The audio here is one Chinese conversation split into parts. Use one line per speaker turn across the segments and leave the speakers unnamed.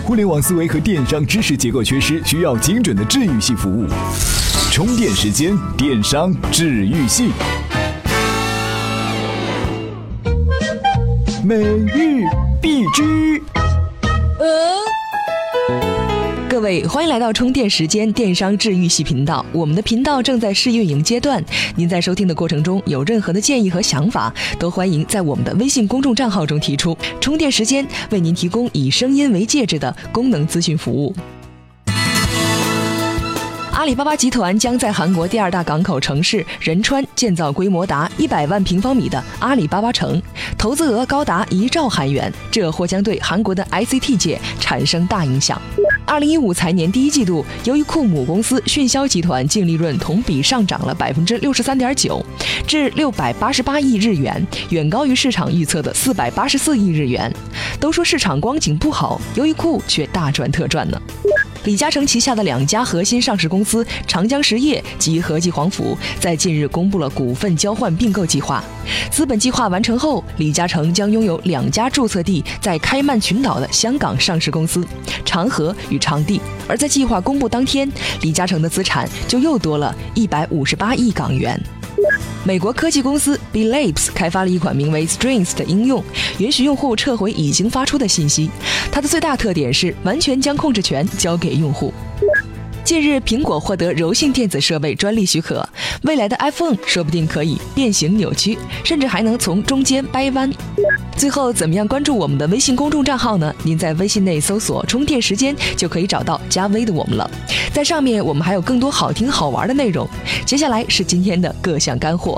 互联网思维和电商知识结构缺失，需要精准的治愈系服务。充电时间，电商治愈系。每日必知。
各位，欢迎来到充电时间电商治愈系频道。我们的频道正在试运营阶段，您在收听的过程中有任何的建议和想法，都欢迎在我们的微信公众账号中提出。充电时间为您提供以声音为介质的功能资讯服务。阿里巴巴集团将在韩国第二大港口城市仁川建造规模达100万平方米的阿里巴巴城，投资额高达1兆韩元，这或将对韩国的 ICT 界产生大影响。2015财年第一季度，优衣库母公司迅销集团净利润同比上涨了 63.9%， 至688亿日元，远高于市场预测的484亿日元。都说市场光景不好，优衣库却大赚特赚呢。李嘉诚旗下的2家核心上市公司长江实业及和记黄埔在近日公布了股份交换并购计划。资本计划完成后，李嘉诚将拥有2家注册地在开曼群岛的香港上市公司长和与长地。而在计划公布当天，李嘉诚的资产就又多了158亿港元。美国科技公司 Belabs 开发了一款名为 Strings 的应用，允许用户撤回已经发出的信息。它的最大特点是完全将控制权交给用户。近日，苹果获得柔性电子设备专利许可，未来的 iPhone 说不定可以变形扭曲，甚至还能从中间掰弯。最后，怎么样关注我们的微信公众账号呢？您在微信内搜索充电时间就可以找到加微的我们了。在上面我们还有更多好听好玩的内容。接下来是今天的各项干货。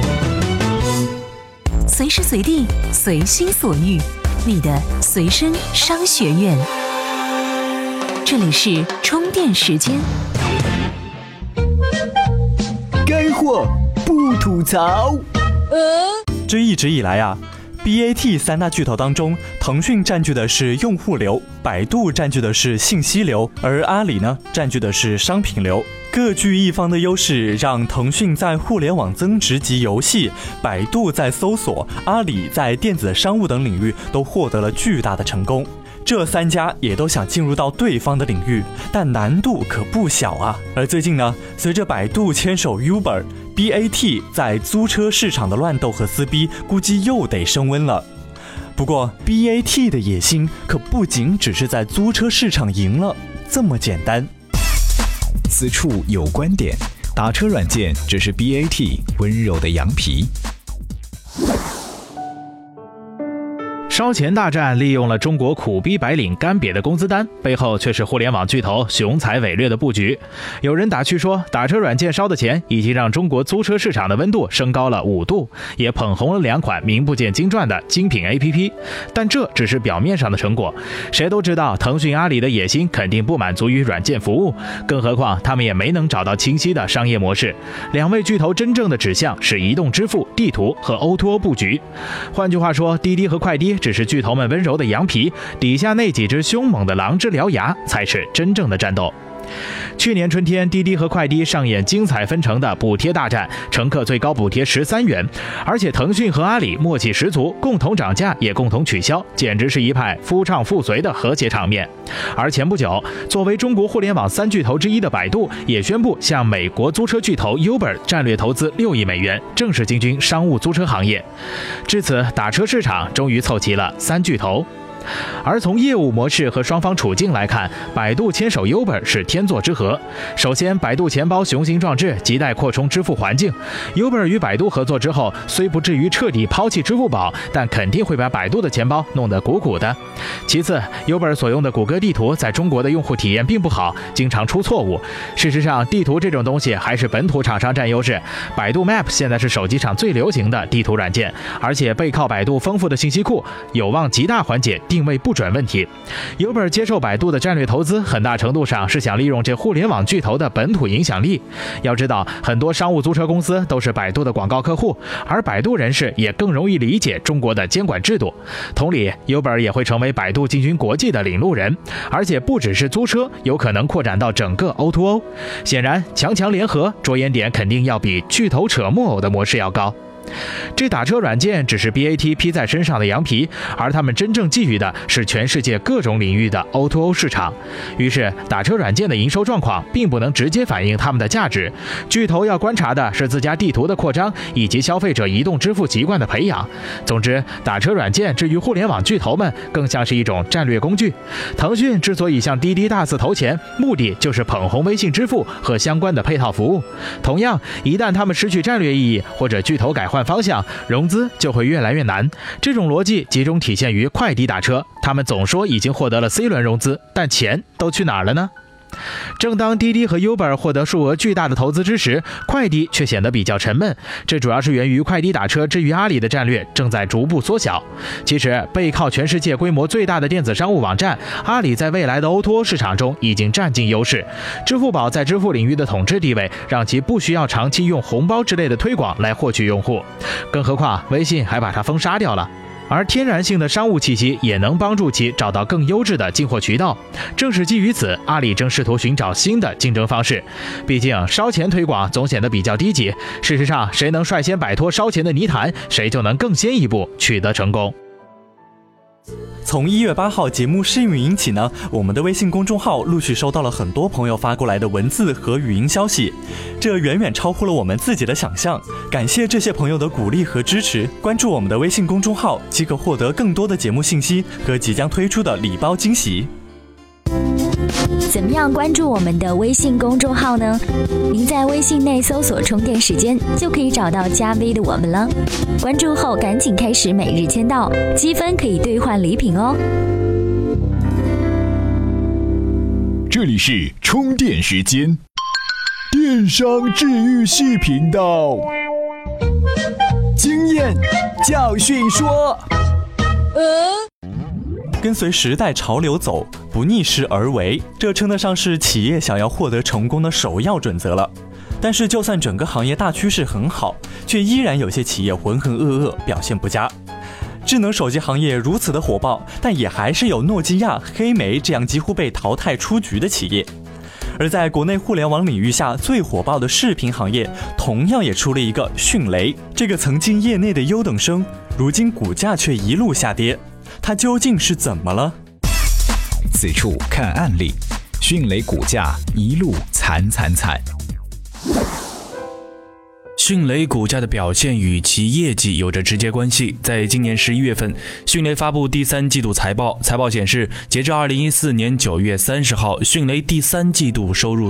随时随地，随心所欲，你的随身商学院。这里是充电时间。
干货不吐槽。
这一直以来啊，BAT 3大巨头当中，腾讯占据的是用户流，百度占据的是信息流，而阿里呢，占据的是商品流。各据一方的优势，让腾讯在互联网增值及游戏，百度在搜索，阿里在电子商务等领域都获得了巨大的成功。这3家也都想进入到对方的领域，但难度可不小啊。而最近呢，随着百度牵手 Uber，BAT 在租车市场的乱斗和撕逼，估计又得升温了。不过 BAT 的野心可不仅只是在租车市场赢了这么简单。
此处有观点，打车软件只是 BAT 温柔的羊皮。
烧钱大战利用了中国苦逼白领干瘪的工资单，背后却是互联网巨头雄才伟略的布局。有人打趣说，打车软件烧的钱已经让中国租车市场的温度升高了5度，也捧红了2款名不见经传的精品 APP。但这只是表面上的成果，谁都知道腾讯、阿里的野心肯定不满足于软件服务，更何况他们也没能找到清晰的商业模式。2位巨头真正的指向是移动支付、地图和 O2O 布局。换句话说，滴滴和快滴只是巨头们温柔的羊皮，底下那几只凶猛的狼之獠牙才是真正的战斗。去年春天，滴滴和快滴上演精彩纷呈的补贴大战，乘客最高补贴13元，而且腾讯和阿里默契十足，共同涨价也共同取消，简直是一派夫唱妇随的和谐场面。而前不久，作为中国互联网3巨头之一的百度也宣布向美国租车巨头 Uber 战略投资6亿美元，正式进军商务租车行业。至此，打车市场终于凑齐了3巨头。而从业务模式和双方处境来看，百度牵手 Uber 是天作之合。首先，百度钱包雄心壮志，亟待扩充支付环境。Uber 与百度合作之后，虽不至于彻底抛弃支付宝，但肯定会把百度的钱包弄得鼓鼓的。其次 ，Uber 所用的谷歌地图在中国的用户体验并不好，经常出错误。事实上，地图这种东西还是本土厂商占优势。百度 Map 现在是手机上最流行的地图软件，而且背靠百度丰富的信息库，有望极大缓解定位不准问题。Uber 接受百度的战略投资，很大程度上是想利用这互联网巨头的本土影响力。要知道，很多商务租车公司都是百度的广告客户，而百度人士也更容易理解中国的监管制度。同理 ，Uber 也会成为百度进军国际的领路人，而且不只是租车，有可能扩展到整个 O2O。显然，强强联合，着眼点肯定要比巨头扯木偶的模式要高。 这打车软件只是 BAT 披在身上的羊皮，而他们真正觊觎的是全世界各种领域的 O2O 市场。于是打车软件的营收状况并不能直接反映他们的价值，巨头要观察的是自家地图的扩张以及消费者移动支付习惯的培养。总之，打车软件至于互联网巨头们更像是一种战略工具。腾讯之所以向滴滴大肆投钱，目的就是捧红微信支付和相关的配套服务。同样，一旦他们失去战略意义，或者巨头改换方向，融资就会越来越难。这种逻辑集中体现于快滴打车，他们总说已经获得了 C 轮融资，但钱都去哪儿了呢？正当滴滴和 Uber 获得数额巨大的投资之时，快滴却显得比较沉闷。这主要是源于快滴打车之于阿里的战略正在逐步缩小。其实，背靠全世界规模最大的电子商务网站，阿里在未来的 O2O 市场中已经占尽优势。支付宝在支付领域的统治地位，让其不需要长期用红包之类的推广来获取用户。更何况，微信还把它封杀掉了。而天然性的商务气息也能帮助其找到更优质的进货渠道。正是基于此，阿里正试图寻找新的竞争方式。毕竟烧钱推广总显得比较低级，事实上，谁能率先摆脱烧钱的泥潭，谁就能更先一步取得成功。
从1月8号节目试运营起呢，我们的微信公众号陆续收到了很多朋友发过来的文字和语音消息，这远远超乎了我们自己的想象。感谢这些朋友的鼓励和支持，关注我们的微信公众号，即可获得更多的节目信息和即将推出的礼包惊喜。
怎么样关注我们的微信公众号呢？您在微信内搜索充电时间，就可以找到加 V 的我们了。关注后赶紧开始每日签到，积分可以兑换礼品哦。
这里是充电时间，电商治愈系频道，经验教训说。
跟随时代潮流走，不逆势而为，这称得上是企业想要获得成功的首要准则了。但是就算整个行业大趋势很好，却依然有些企业浑浑噩噩，表现不佳。智能手机行业如此的火爆，但也还是有诺基亚、黑莓这样几乎被淘汰出局的企业。而在国内互联网领域下最火爆的视频行业，同样也出了一个迅雷，这个曾经业内的优等生，如今股价却一路下跌。它究竟是怎么了？
此处看案例，迅雷股价一路惨。
迅雷股价的表现与其业绩有着直接关系。在今年11月份，迅雷发布第3季度财报，财报显示，截至2014年9月30号，迅雷第3季度收入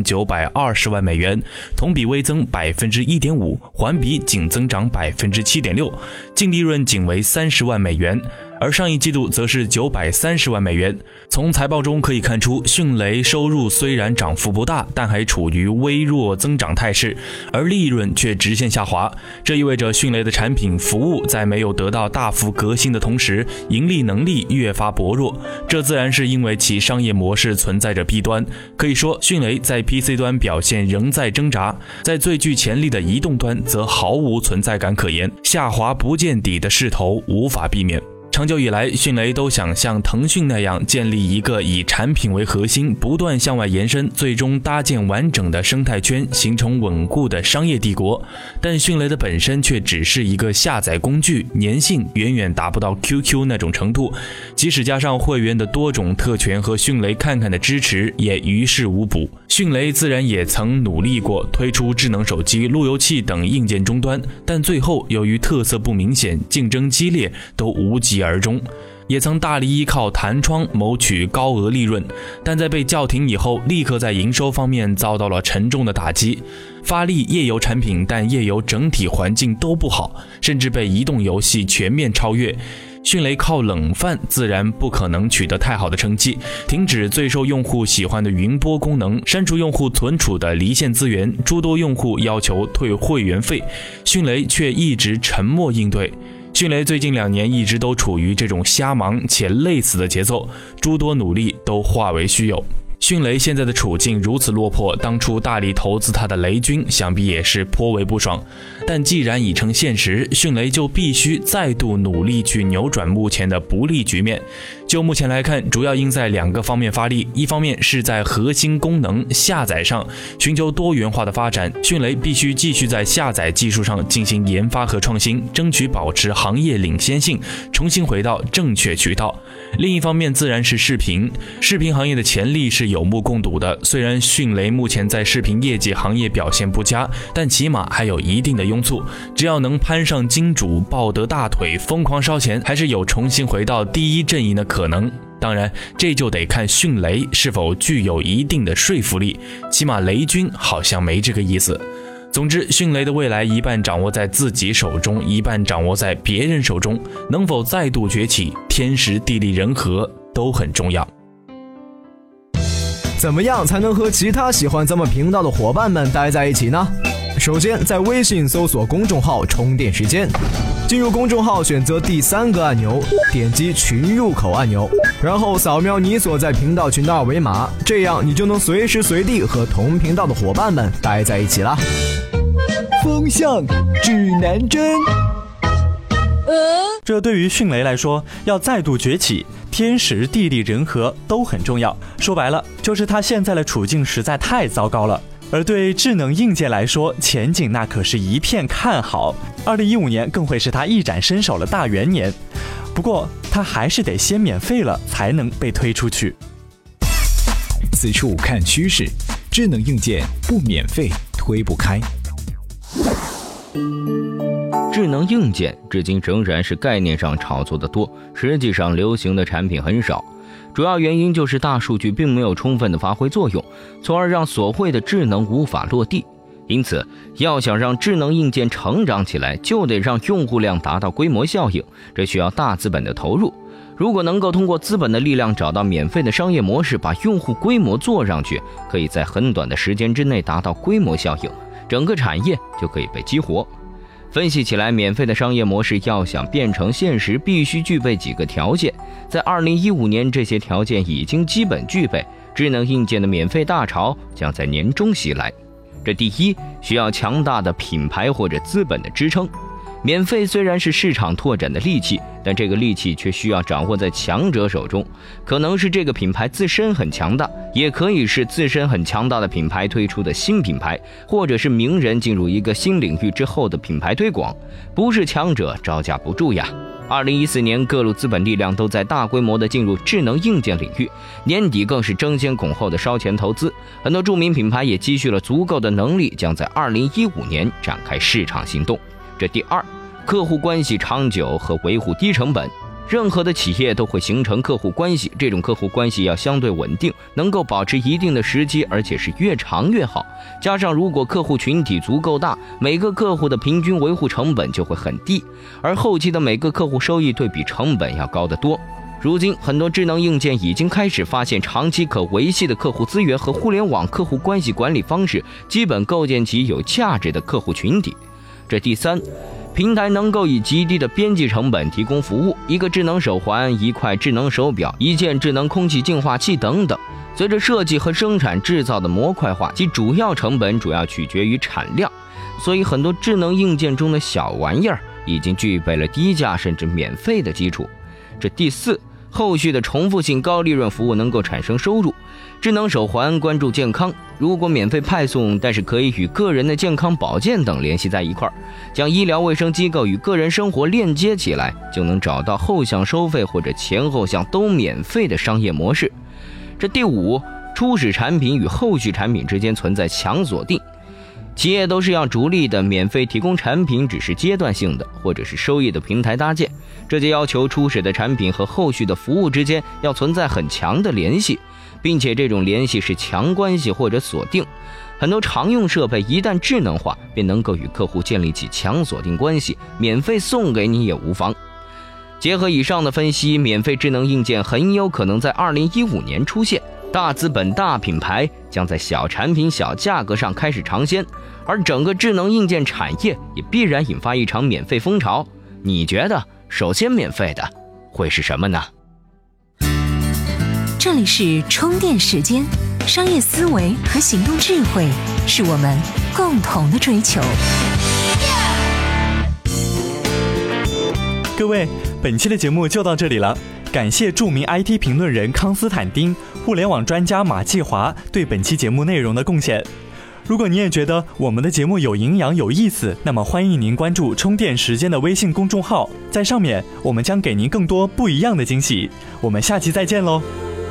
4920万美元，同比微增 1.5%， 环比仅增长 7.6%， 净利润仅为30万美元。而上一季度则是930万美元。从财报中可以看出，迅雷收入虽然涨幅不大，但还处于微弱增长态势，而利润却直线下滑。这意味着迅雷的产品服务在没有得到大幅革新的同时，盈利能力越发薄弱。这自然是因为其商业模式存在着弊端。可以说，迅雷在 PC 端表现仍在挣扎，在最具潜力的移动端则毫无存在感可言，下滑不见底的势头无法避免。长久以来，迅雷都想像腾讯那样建立一个以产品为核心，不断向外延伸，最终搭建完整的生态圈，形成稳固的商业帝国。但迅雷的本身却只是一个下载工具，粘性远远达不到 QQ 那种程度，即使加上会员的多种特权和迅雷看看的支持，也于事无补。迅雷自然也曾努力过推出智能手机、路由器等硬件终端，但最后由于特色不明显、竞争激烈，都无疾而终。也曾大力依靠弹窗谋取高额利润，但在被叫停以后，立刻在营收方面遭到了沉重的打击。发力页游产品，但页游整体环境都不好，甚至被移动游戏全面超越。迅雷靠冷饭自然不可能取得太好的成绩，停止最受用户喜欢的云播功能，删除用户存储的离线资源，诸多用户要求退会员费，迅雷却一直沉默应对。迅雷最近2年一直都处于这种瞎忙且累死的节奏，诸多努力都化为虚有。迅雷现在的处境如此落魄，当初大力投资他的雷军想必也是颇为不爽。但既然已成现实，迅雷就必须再度努力去扭转目前的不利局面。 就目前来看，主要应在2个方面发力，一方面是在核心功能下载上寻求多元化的发展，迅雷必须继续在下载技术上进行研发和创新，争取保持行业领先性，重新回到正确渠道。另一方面自然是视频行业的潜力是有目共睹的，虽然迅雷目前在视频业界行业表现不佳，但起码还有一定的拥簇，只要能攀上金主抱得大腿疯狂烧钱，还是有重新回到第一阵营的可能。当然这就得看迅雷是否具有一定的说服力，起码雷军好像没这个意思。总之，迅雷的未来一半掌握在自己手中，一半掌握在别人手中，能否再度崛起，天时地利人和都很重要。
怎么样才能和其他喜欢咱们频道的伙伴们待在一起呢？首先在微信搜索公众号充电时间，进入公众号选择第3个按钮，点击群入口按钮，然后扫描你所在频道群的2维码，这样你就能随时随地和同频道的伙伴们待在一起啦。
风向指南针。
这对于迅雷来说，要再度崛起，天时地利人和都很重要。说白了，就是他现在的处境实在太糟糕了。而对智能硬件来说，前景那可是一片看好。2015年更会是他一展身手的大元年。不过，他还是得先免费了，才能被推出去。
此处看趋势，智能硬件不免费推不开。
智能硬件至今仍然是概念上炒作的多，实际上流行的产品很少。主要原因就是大数据并没有充分的发挥作用，从而让所谓的智能无法落地。因此，要想让智能硬件成长起来，就得让用户量达到规模效应，这需要大资本的投入。如果能够通过资本的力量找到免费的商业模式，把用户规模做上去，可以在很短的时间之内达到规模效应，整个产业就可以被激活。分析起来，免费的商业模式要想变成现实，必须具备几个条件。在2015年，这些条件已经基本具备，智能硬件的免费大潮将在年中袭来。这第一，需要强大的品牌或者资本的支撑。免费虽然是市场拓展的利器，但这个利器却需要掌握在强者手中，可能是这个品牌自身很强大，也可以是自身很强大的品牌推出的新品牌，或者是名人进入一个新领域之后的品牌推广，不是强者招架不住呀。2014年，各路资本力量都在大规模的进入智能硬件领域，年底更是争先恐后的烧钱投资，很多著名品牌也积蓄了足够的能力，将在2015年展开市场行动。这第二，客户关系长久和维护低成本。任何的企业都会形成客户关系，这种客户关系要相对稳定，能够保持一定的时机，而且是越长越好。加上如果客户群体足够大，每个客户的平均维护成本就会很低，而后期的每个客户收益对比成本要高得多。如今很多智能硬件已经开始发现长期可维系的客户资源和互联网客户关系管理方式，基本构建起有价值的客户群体。这第三，平台能够以极低的边际成本提供服务，一个智能手环、一块智能手表、一件智能空气净化器等等。随着设计和生产制造的模块化，其主要成本主要取决于产量，所以很多智能硬件中的小玩意儿已经具备了低价甚至免费的基础。这第四，后续的重复性高利润服务能够产生收入。智能手环关注健康，如果免费派送，但是可以与个人的健康保健等联系在一块儿，将医疗卫生机构与个人生活链接起来，就能找到后项收费或者前后项都免费的商业模式。这第五，初始产品与后续产品之间存在强锁定。企业都是要逐利的，免费提供产品只是阶段性的，或者是收益的平台搭建，这就要求初始的产品和后续的服务之间要存在很强的联系，并且这种联系是强关系或者锁定。很多常用设备一旦智能化，便能够与客户建立起强锁定关系，免费送给你也无妨。结合以上的分析，免费智能硬件很有可能在2015年出现，大资本大品牌将在小产品小价格上开始尝鲜，而整个智能硬件产业也必然引发一场免费风潮。你觉得首先免费的会是什么呢？
这里是充电时间，商业思维和行动智慧是我们共同的追求。
各位，本期的节目就到这里了。 感谢著名 IT 评论人康斯坦丁、互联网专家马继华对本期节目内容的贡献。如果你也觉得我们的节目有营养有意思，那么欢迎您关注充电时间的微信公众号，在上面我们将给您更多不一样的惊喜。我们下期再见喽！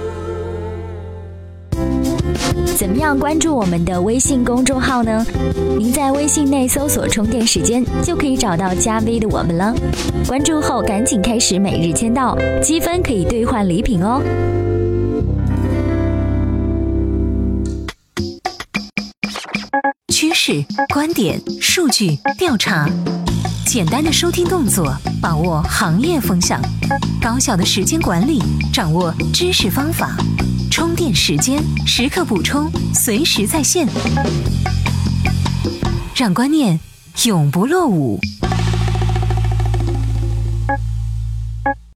怎么样关注我们的微信公众号呢？您在微信内搜索充电时间就可以找到加 V 的我们了。关注后赶紧开始每日签到，积分可以兑换礼品哦。
趋势、观点、数据、调查，简单的收听动作，把握行业风向，高效的时间管理，掌握知识方法，充电时间，时刻补充，随时在线，让观念永不落伍。